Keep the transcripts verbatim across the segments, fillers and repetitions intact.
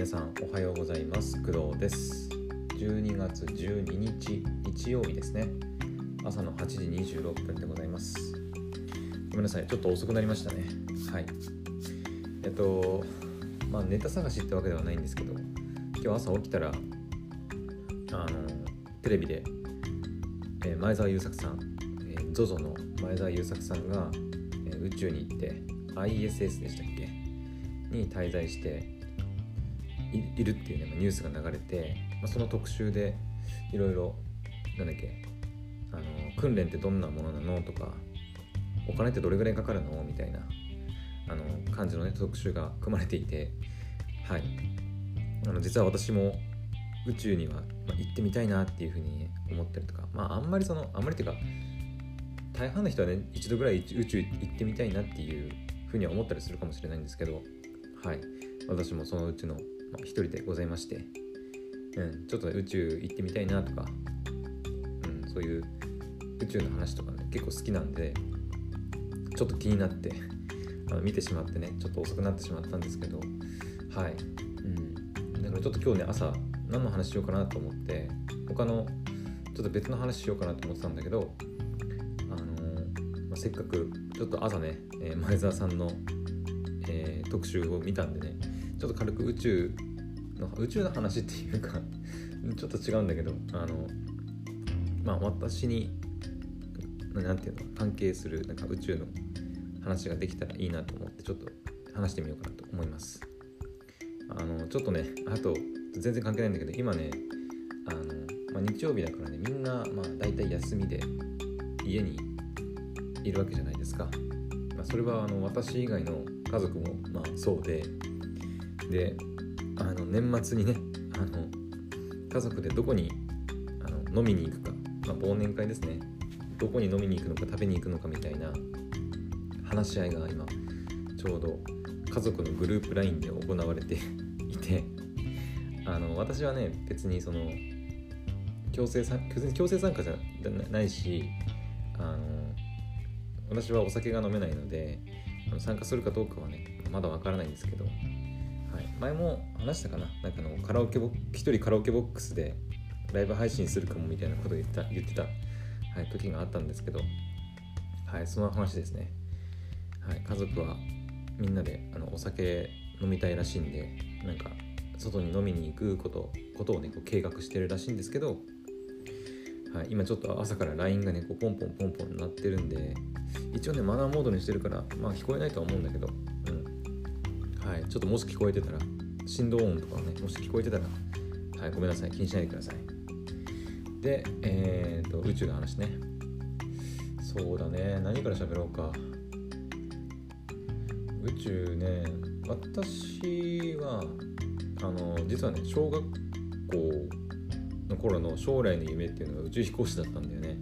皆さんおはようございます。工藤です。じゅうにがつじゅうににち日曜日ですね。朝のはちじにじゅうろっぷんでございます。ごめんなさい、ちょっと遅くなりましたね。はいえっとまあネタ探しってわけではないんですけど、今日朝起きたらあのテレビで、えー、前澤友作さん、えー、ゾゾ の前澤友作さんが、えー、宇宙に行って アイエスエス でしたっけに滞在してい, いるっていうね、まあ、ニュースが流れて、まあ、その特集でいろいろなんだっけあの訓練ってどんなものなのとか、お金ってどれぐらいかかるのみたいなあの感じの、ね、特集が組まれていて、はいあの実は私も宇宙には、まあ、行ってみたいなっていうふうに、ね、思ったりとか、まああんまりそのあんまりっていうか大半の人はね一度ぐらい宇宙行ってみたいなっていうふうには思ったりするかもしれないんですけど、はい私もそのうちのまあ、一人でございまして、うん、ちょっと、ね、宇宙行ってみたいなとか、うん、そういう宇宙の話とかね結構好きなんで、ちょっと気になってあの見てしまってね、ちょっと遅くなってしまったんですけど、はい、うん、だからちょっと今日ね朝何の話しようかなと思って他のちょっと別の話しようかなと思ってたんだけど、あのーまあ、せっかくちょっと朝ね、えー、前澤さんの、えー、特集を見たんでね、ちょっと軽く宇宙の宇宙の話っていうかちょっと違うんだけど、あのまあ私になんていうの関係するなんか宇宙の話ができたらいいなと思ってちょっと話してみようかなと思います。あのちょっとねあと全然関係ないんだけど、今ねあの、まあ、日曜日だからねみんなまあ大体休みで家にいるわけじゃないですか。まあ、それはあの私以外の家族もまあそうで。であの年末にねあの家族でどこにあの飲みに行くか、まあ、忘年会ですね、どこに飲みに行くのか食べに行くのかみたいな話し合いが今ちょうど家族のグループ ライン で行われていて、あの私はね別にその強制参強制参加じゃないし、あの私はお酒が飲めないので参加するかどうかはねまだわからないんですけど、はい、前も話したかな、なんかあのカラオケボ一人カラオケボックスでライブ配信するかもみたいなことを言った言ってた、はい、時があったんですけど、はい、その話ですね。はい、家族はみんなであのお酒飲みたいらしいんで、なんか外に飲みに行くことことをねこう計画してるらしいんですけど、はい、今ちょっと朝から ライン がねこうポンポンポンポン鳴ってるんで、一応ねマナーモードにしてるからまあ聞こえないとは思うんだけど、はい、ちょっともし聞こえてたら振動音とかねもし聞こえてたら、はい、ごめんなさい、気にしないでください。で、えーと宇宙の話ね。そうだね、何から喋ろうか。宇宙ね、私はあの実はね小学校の頃の将来の夢っていうのが宇宙飛行士だったんだよね。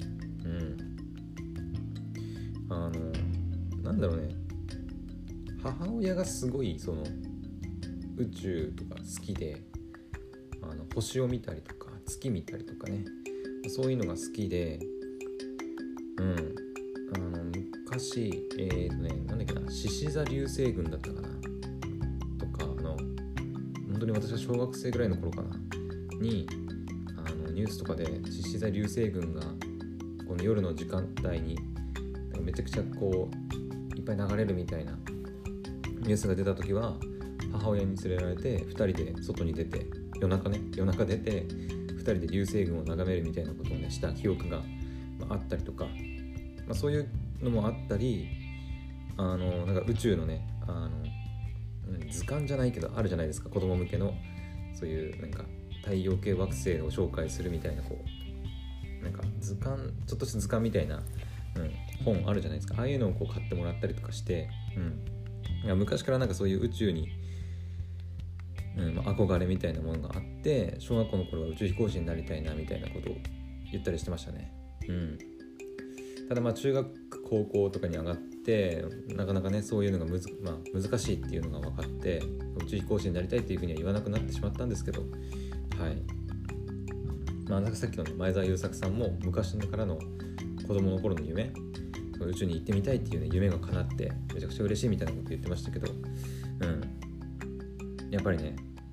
うんあのなんだろうね、母親がすごいその宇宙とか好きで、あの星を見たりとか月見たりとかね、そういうのが好きで、うんあの昔えーとねなんだっけな獅子座流星群だったかなとか、あの本当に私は小学生ぐらいの頃かなにあのニュースとかで獅子座流星群がこの夜の時間帯にめちゃくちゃこういっぱい流れるみたいなニュースが出た時は母親に連れられてふたりで外に出て夜中ね夜中出てふたりで流星群を眺めるみたいなことをねした記憶があったりとか、まあ、そういうのもあったり、あのなんか宇宙のねあの図鑑じゃないけどあるじゃないですか、子供向けのそういうなんか太陽系惑星を紹介するみたいなこうなんか図鑑ちょっとした図鑑みたいな、うん、本あるじゃないですか。ああいうのをこう買ってもらったりとかして、うんいや昔からなんかそういう宇宙に、うんまあ、憧れみたいなものがあって、小学校の頃は宇宙飛行士になりたいなみたいなことを言ったりしてましたね。うん、ただまあ中学高校とかに上がってなかなかねそういうのがむず、まあ、難しいっていうのが分かって、宇宙飛行士になりたいっていうふうには言わなくなってしまったんですけど、はいまあ、さっきの、ね、前澤友作さんも昔からの子供の頃の夢、宇宙に行ってみたいっていう、ね、夢が叶ってめちゃくちゃ嬉しいみたいなこと言ってましたけど、うん、やっぱりね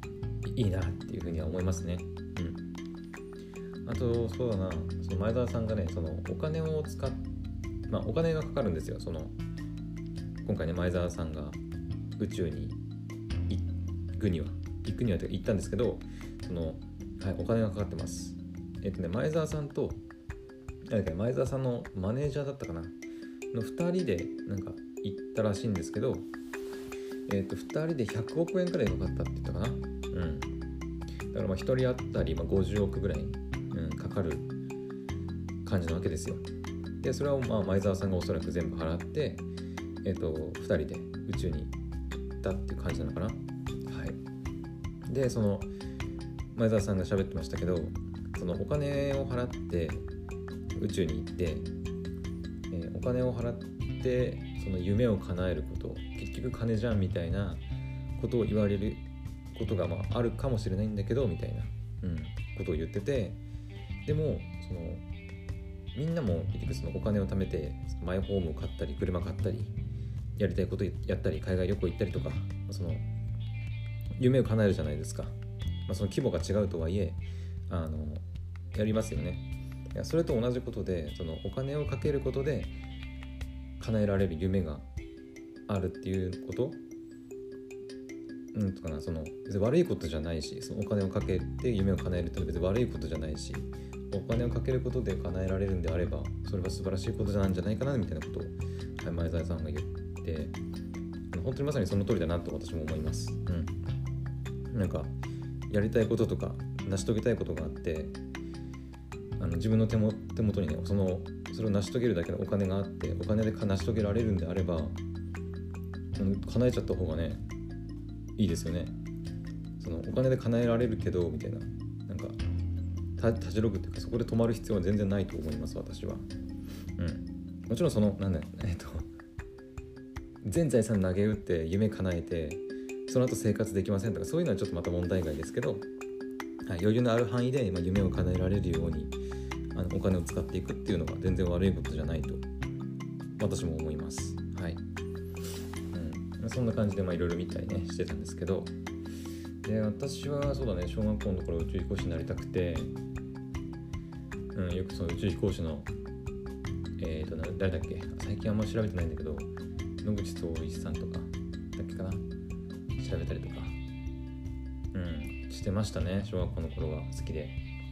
いいなっていうふうには思いますね。うん。あとそうだな、その前澤さんがね、そのお金を使っまあお金がかかるんですよ。その今回ね、前澤さんが宇宙に行くには行くにはと言ったんですけど、その、はい、お金がかかってます。えっとね、前澤さんと何か前澤さんのマネージャーだったかなのふたりでなんか行ったらしいんですけど、えっとふたりでひゃくおくえんくらいかかったって言ったかな。うん。だからまあひとり当たりまあごじゅうおくぐらい、うん、かかる感じなわけですよ。でそれをまあ前澤さんがおそらく全部払って、えっとふたりで宇宙に行ったっていう感じなのかな。はい。でその前澤さんが喋ってましたけど、そのお金を払って宇宙に行って、えー、お金を払ってその夢を叶えること、結局金じゃんみたいなことを言われることがまああるかもしれないんだけどみたいな、うん、ことを言ってて、でもそのみんなも結局そのお金を貯めてマイホームを買ったり車買ったりやりたいことやったり海外旅行行ったりとか、その夢を叶えるじゃないですか。まあ、その規模が違うとはいえあのやりますよね。いやそれと同じことで、そのお金をかけることで叶えられる夢があるっていうこと、うんとかな、その別に悪いことじゃないし、そのお金をかけて夢を叶えるってのは別に悪いことじゃないし、お金をかけることで叶えられるんであればそれは素晴らしいことなんじゃないかなみたいなことを、はい、前澤さんが言って、本当にまさにその通りだなと私も思います。うん、なんかやりたいこととか成し遂げたいことがあって、あの自分の手も手元にね、そのそれを成し遂げるだけのお金があって、お金で成し遂げられるんであれば、うん、叶えちゃった方がねいいですよね。そのお金で叶えられるけどみたいな、なんかたたじろぐっていうか、そこで止まる必要は全然ないと思います私は。うん。もちろんそのなんだえっと全財産投げ打って夢叶えてその後生活できませんとか、そういうのはちょっとまた問題外ですけど、はい、余裕のある範囲でまあ夢を叶えられるようにあのお金を使っていくっていうのは全然悪いことじゃないと私も思います。はい。うん、そんな感じでまあいろいろ見たりねしてたんですけど、で私はそうだね、小学校の頃宇宙飛行士になりたくて、うん、よくその宇宙飛行士のえーと誰だっけ、最近あんま調べてないんだけど、野口聡一さんとかだっけかな、調べたりとか、うん、してましたね。小学校の頃は好きで。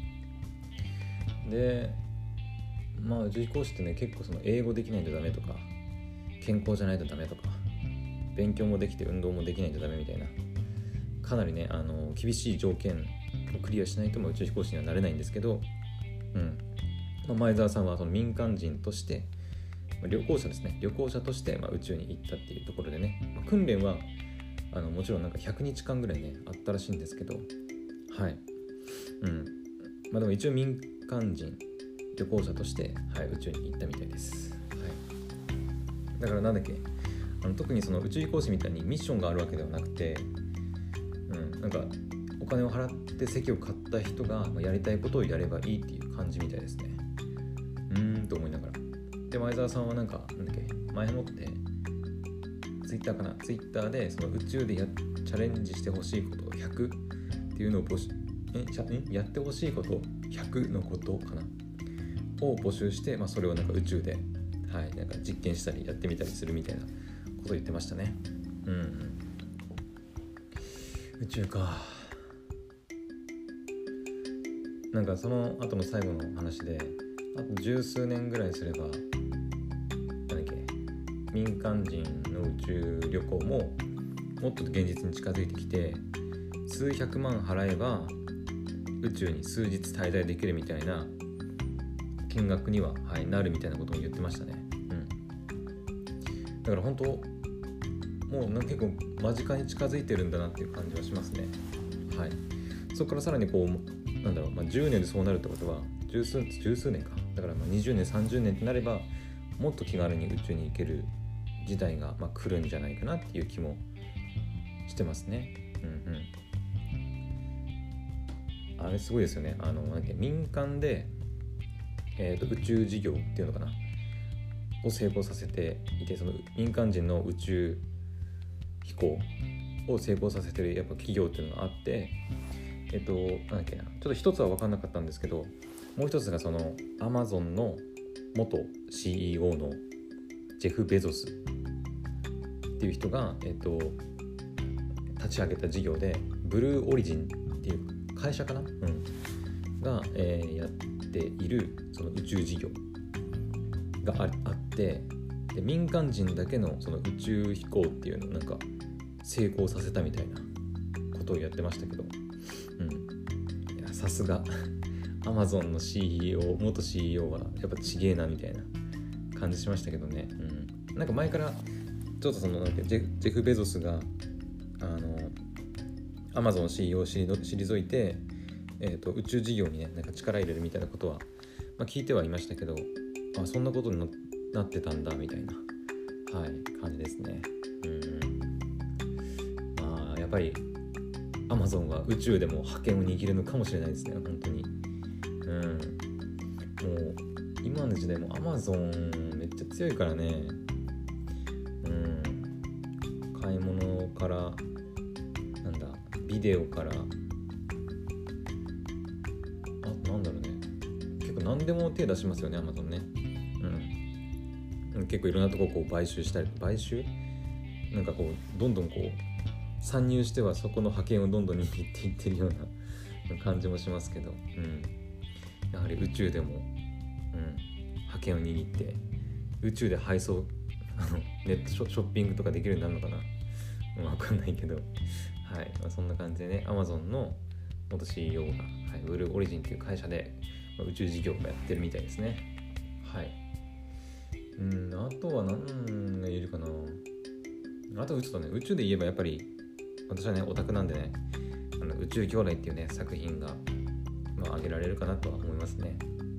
でまあ宇宙飛行士ってね、結構その英語できないとダメとか、健康じゃないとダメとか、勉強もできて運動もできないとダメみたいな、かなりねあの厳しい条件をクリアしないとも宇宙飛行士にはなれないんですけど、うんまあ、前澤さんはその民間人として、まあ、旅行者ですね旅行者として、まあ、宇宙に行ったっていうところでね、まあ、訓練はあのもちろんなんかひゃくにちかんぐらいねあったらしいんですけど、はいうんまあでも一応民間人旅行者として、はい、宇宙に行ったみたいです。はい、だからなんだっけ、あの特にその宇宙飛行士みたいにミッションがあるわけではなくて、うん、なんかお金を払って席を買った人がやりたいことをやればいいっていう感じみたいですね。うーんと思いながら。で前澤さんはなんかなんだっけ、前もってツイッターかなツイッターでその宇宙でやチャレンジしてほしいことひゃくっていうのを募集えやってほしいことひゃくのことかなを募集して、まあ、それをなんか宇宙で、はい、なんか実験したりやってみたりするみたいなことを言ってましたね。うん、宇宙か。なんかその後の最後の話で、あと十数年ぐらいすればなんだっけ、民間人の宇宙旅行ももっと現実に近づいてきて、数百万払えば宇宙に数日滞在できるみたいな金額には、はい、なるみたいなことも言ってましたね。うん、だから本当もうなんか結構間近に近づいてるんだなっていう感じはしますね。はい。そこからさらにこうなんだろう、まあ、じゅうねんでそうなるってことは十数、十数年か、だからまあにじゅうねんさんじゅうねんってなればもっと気軽に宇宙に行ける時代がまあ来るんじゃないかなっていう気もしてますね。うんうん。あれすごいですよね。あのなんか民間で、えーと、宇宙事業っていうのかなを成功させていて、その民間人の宇宙飛行を成功させてるやっぱ企業っていうのがあって、 えっとなんだっけな、ちょっと一つは分かんなかったんですけど、もう一つがその Amazon の元 シーイーオー のジェフ・ベゾスっていう人が、えっと、立ち上げた事業でブルーオリジンっていう会社かな、うん、が、えー、やっているその宇宙事業が あ, あってで、民間人だけのその宇宙飛行っていうのをなんか成功させたみたいなことをやってましたけど、うん、いやさすがAmazon の シーイーオー 元 シーイーオー はやっぱちげえなみたいな感じしましたけどね、うん、なんか前からちょっとそのなんかジェジェフ・ベゾスがあの Amazon の シーイーオー を退いて、えーと、宇宙事業にねなんか力入れるみたいなことは、まあ、聞いてはいましたけど、あそんなことになってたんだみたいな、はい、感じですね。うん、まあやっぱり Amazon は宇宙でも覇権を握るのかもしれないですね、本当に。うん、もう今の時代も Amazon めっちゃ強いからね、うん、買い物からなんだビデオからあなんだろうね、結構何でも手出しますよね Amazon ね、うん、結構いろんなとここう買収したり買収なんかこうどんどんこう参入してはそこの覇権をどんどん握っていってるような感じもしますけど、うんやはり宇宙でも、うん、覇権を握って宇宙で配送ネットシ ョ, ショッピングとかできるようになるのかな、分かんないけど、はいまあ、そんな感じでね Amazon の元 シーイーオー が、はい、ブルーオリジンという会社で、まあ、宇宙事業をやってるみたいですね。はいうんあとは何が言えるかな、あとはちょっとね宇宙で言えばやっぱり私はねオタクなんでねあの宇宙兄弟っていうね作品がまあ、挙げられるかなとは思いますね。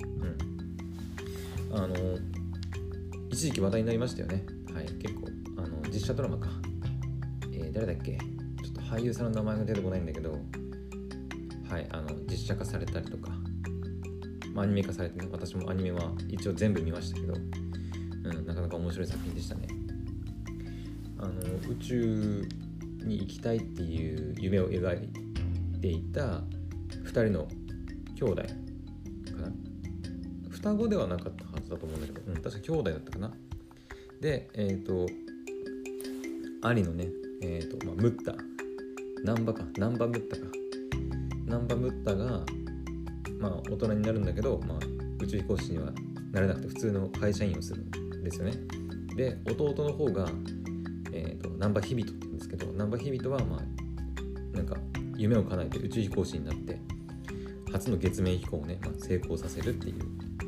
うん。あの一時期話題になりましたよね。はい、結構あの実写ドラマか。えー、誰だっけ？ちょっと俳優さんの名前が出てこないんだけど、はい、あの実写化されたりとか、まあ、アニメ化されてね、私もアニメは一応全部見ましたけど、うん、なかなか面白い作品でしたね。あの宇宙に行きたいっていう夢を描いていたふたりの兄弟かな、双子ではなかったはずだと思うんだけど、うん、確か兄弟だったかな。で、えっ、ー、と兄のね、えっ、ー、とまあムッタ、ナンバか、ナンバムッタか、ナンバムッタがまあ大人になるんだけど、まあ宇宙飛行士にはなれなくて普通の会社員をするんですよね。で、弟の方がえっ、ー、とナンバヒビトって言うんですけど、ナンバヒビトはまあなんか夢を叶えて宇宙飛行士になって初の月面飛行をね、まあ、成功させるっていう、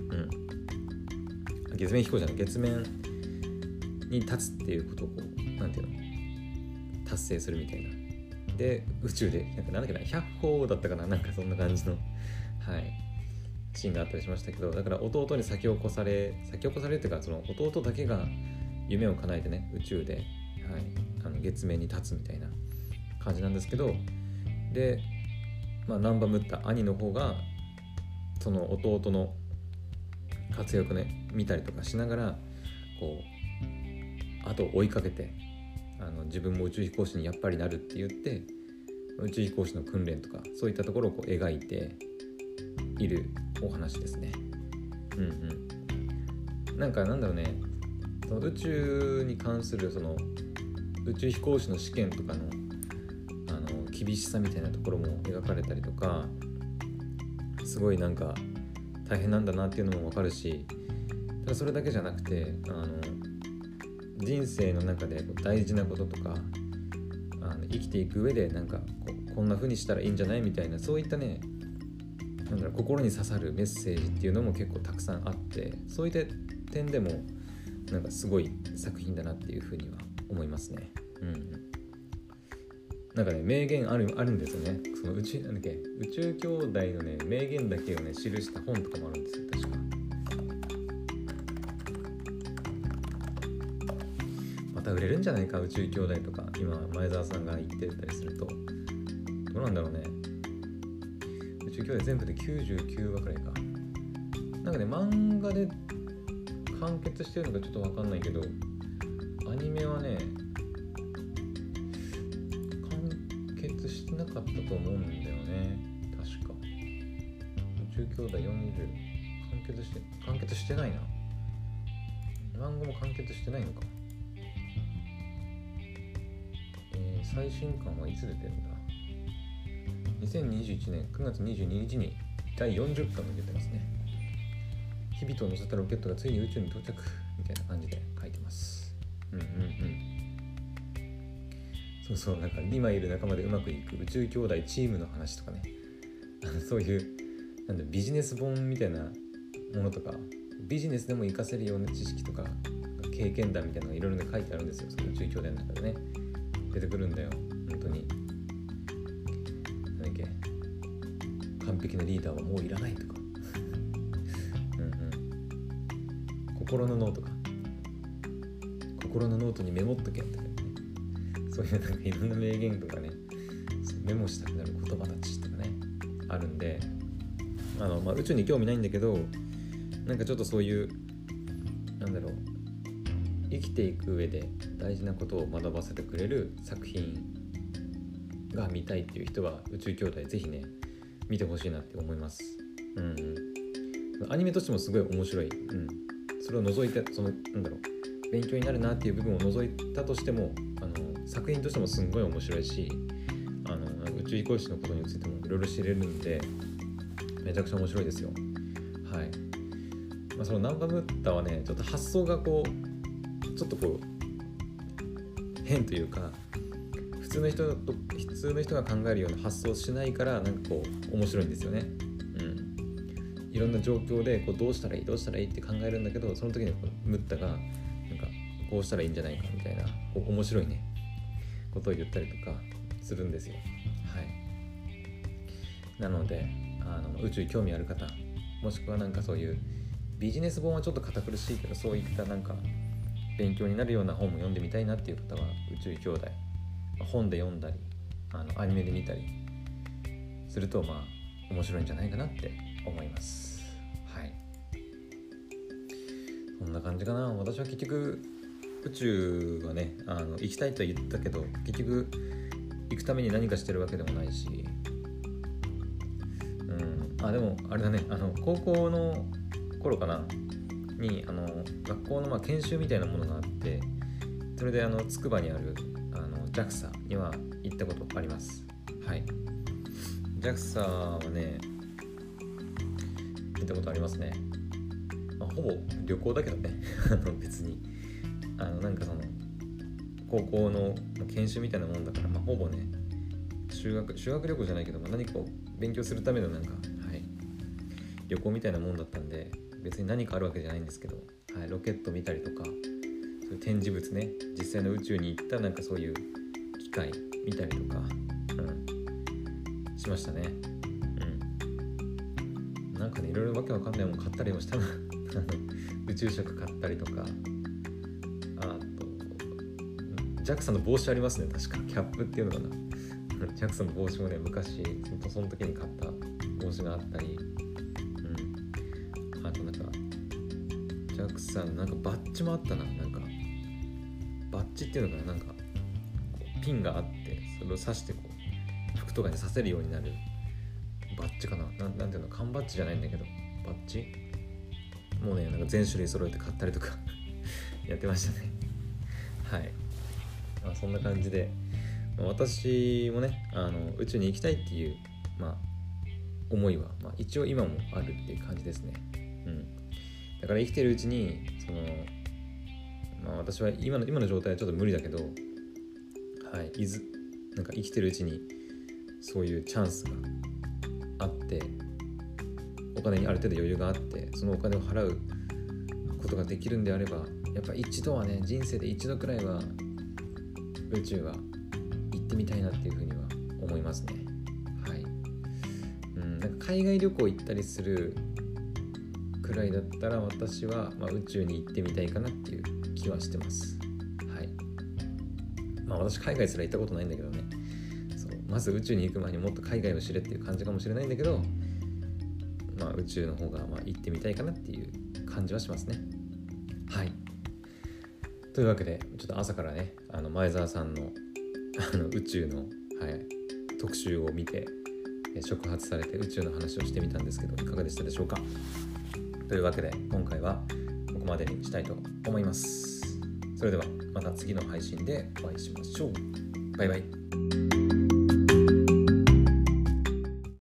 うん、月面飛行じゃない月面に立つっていうことをこうなんていうの達成するみたいな。で宇宙でなんかなんだっけなひゃっぽうだったかな、なんかそんな感じのはいシーンがあったりしましたけど、だから弟に先を越され先を越されっていうかその弟だけが夢を叶えてね宇宙で、はい、あの月面に立つみたいな感じなんですけど、でまあ、ナンバムッタ兄の方がその弟の活躍ね見たりとかしながらこう後を追いかけてあの自分も宇宙飛行士にやっぱりなるって言って宇宙飛行士の訓練とかそういったところをこう描いているお話ですね。うんうん。なんかなんだろうね、その宇宙に関するその宇宙飛行士の試験とかの厳しさみたいなところも描かれたりとか、すごいなんか大変なんだなっていうのも分かるし、ただそれだけじゃなくてあの人生の中で大事なこととかあの生きていく上でなんかこうこんな風にしたらいいんじゃないみたいな、そういったねなんだろう心に刺さるメッセージっていうのも結構たくさんあって、そういった点でもなんかすごい作品だなっていう風には思いますね。うんなんかね名言あるあるんですよね。その宇宙なんだっけ宇宙兄弟のね名言だけをね記した本とかもあるんですよ確か。また売れるんじゃないか宇宙兄弟とか今前澤さんが言ってたりするとどうなんだろうね。宇宙兄弟全部できゅうじゅうきゅうわくらいか。なんかね漫画で完結してるのかちょっとわかんないけどアニメはねしてなかったと思うんだよね。 宇宙兄弟よんじゅう完結して完結してないな。漫画も完結してないのか。えー、最新刊はいつ出てるんだ。にせんにじゅういちねんくがつにじゅうににちにだいよんじゅっかんが出てますね。日々と乗せたロケットがついに宇宙に到着みたいな感じで書いてます。うんうんうん。そうそう、なんか今いる仲間でうまくいく宇宙兄弟チームの話とかね、そういうなんだビジネス本みたいなものとか、ビジネスでも活かせるような知識とか経験談みたいなのがいろいろね書いてあるんですよ。その宇宙兄弟の中でね出てくるんだよ。本当になんだっけ、完璧なリーダーはもういらないとかうん、うん、心のノートか、心のノートにメモっとけとか、ね、そういうなんかいろんな名言とかね、メモしたくなる言葉たちとかねあるんで、あの、まあ、宇宙に興味ないんだけど、なんかちょっとそういうなんだろう、生きていく上で大事なことを学ばせてくれる作品が見たいっていう人は宇宙兄弟ぜひね見てほしいなって思います。うん、うん、アニメとしてもすごい面白い、うん、それを除いてそのなんだろう勉強になるなっていう部分を除いたとしても、あの作品としてもすんごい面白いし、あの宇宙飛行士のことについてもいろいろ知れるんでめちゃくちゃ面白いですよ。はい。まあ、そのナンバムッタはねちょっと発想がこうちょっとこう変というか、普通の人と普通の人が考えるような発想をしないからなんかこう面白いんですよね。うん。いろんな状況でこうどうしたらいいどうしたらいいって考えるんだけど、その時にこうムッタがなんかこうしたらいいんじゃないかみたいなこう面白いねことを言ったりとかするんですよ。はい。なのであの宇宙に興味ある方、もしくはなんかそういうビジネス本はちょっと堅苦しいけど、そういったなんか勉強になるような本も読んでみたいなっていう方は宇宙兄弟、本で読んだりあのアニメで見たりするとまあ面白いんじゃないかなって思います。はい。そんな感じかな。私は結局宇宙はねあの行きたいとは言ったけど、結局行くために何かしてるわけでもないし、うん、あでもあれだね、あの高校の頃かなにあの学校のまあ研修みたいなものがあって、それであの筑波にあるあの ジャクサ には行ったことあります。はい。 ジャクサ はね行ったことありますね。まあ、ほぼ旅行だけどねあの別にあのなんかその高校の研修みたいなもんだから、まあ、ほぼね修学修学旅行じゃないけど、まあ、何かを勉強するためのなんか、はい、旅行みたいなもんだったんで、別に何かあるわけじゃないんですけど、はい、ロケット見たりとか、そういう展示物ね、実際の宇宙に行ったなんかそういう機械見たりとか、うん、しましたね。うん。なんかねいろいろわけわかんないもん買ったりもしたな宇宙食買ったりとか、あと ジャクサ の帽子ありますね、確かキャップっていうのかなジャクサ の帽子もね昔その時に買った帽子があったり、うん、あとなんか ジャクサ のなんかバッジもあったな。なんかバッジっていうのかな、なんかこうピンがあってそれを刺してこう服とかに刺せるようになるバッジかな、 な, なんていうの、缶バッジじゃないんだけどバッジもうねなんか全種類揃えて買ったりとかやってましたね。はい。まあ、そんな感じで、まあ、私もねあの宇宙に行きたいっていう、まあ、思いは、まあ、一応今もあるっていう感じですね。うん。だから生きてるうちにその、まあ、私は今の今の状態はちょっと無理だけど、はい、いずなんか生きてるうちにそういうチャンスがあって、お金にある程度余裕があって、そのお金を払うことができるんであれば、やっぱ一度はね、人生で一度くらいは宇宙は行ってみたいなっていうふうには思いますね。はい。うん、なんか海外旅行行ったりするくらいだったら私は、まあ、宇宙に行ってみたいかなっていう気はしてます。はい。まあ私海外すら行ったことないんだけどね。そう、まず宇宙に行く前にもっと海外を知れっていう感じかもしれないんだけど、まあ宇宙の方がまあ行ってみたいかなっていう感じはしますね。はい。というわけでちょっと朝からね、あの前澤さんのあの宇宙の、はい、特集を見て、 触発されて宇宙の話をしてみたんですけど、いかがでしたでしょうか。というわけで今回はここまでにしたいと思います。それではまた次の配信でお会いしましょう。バイバイ。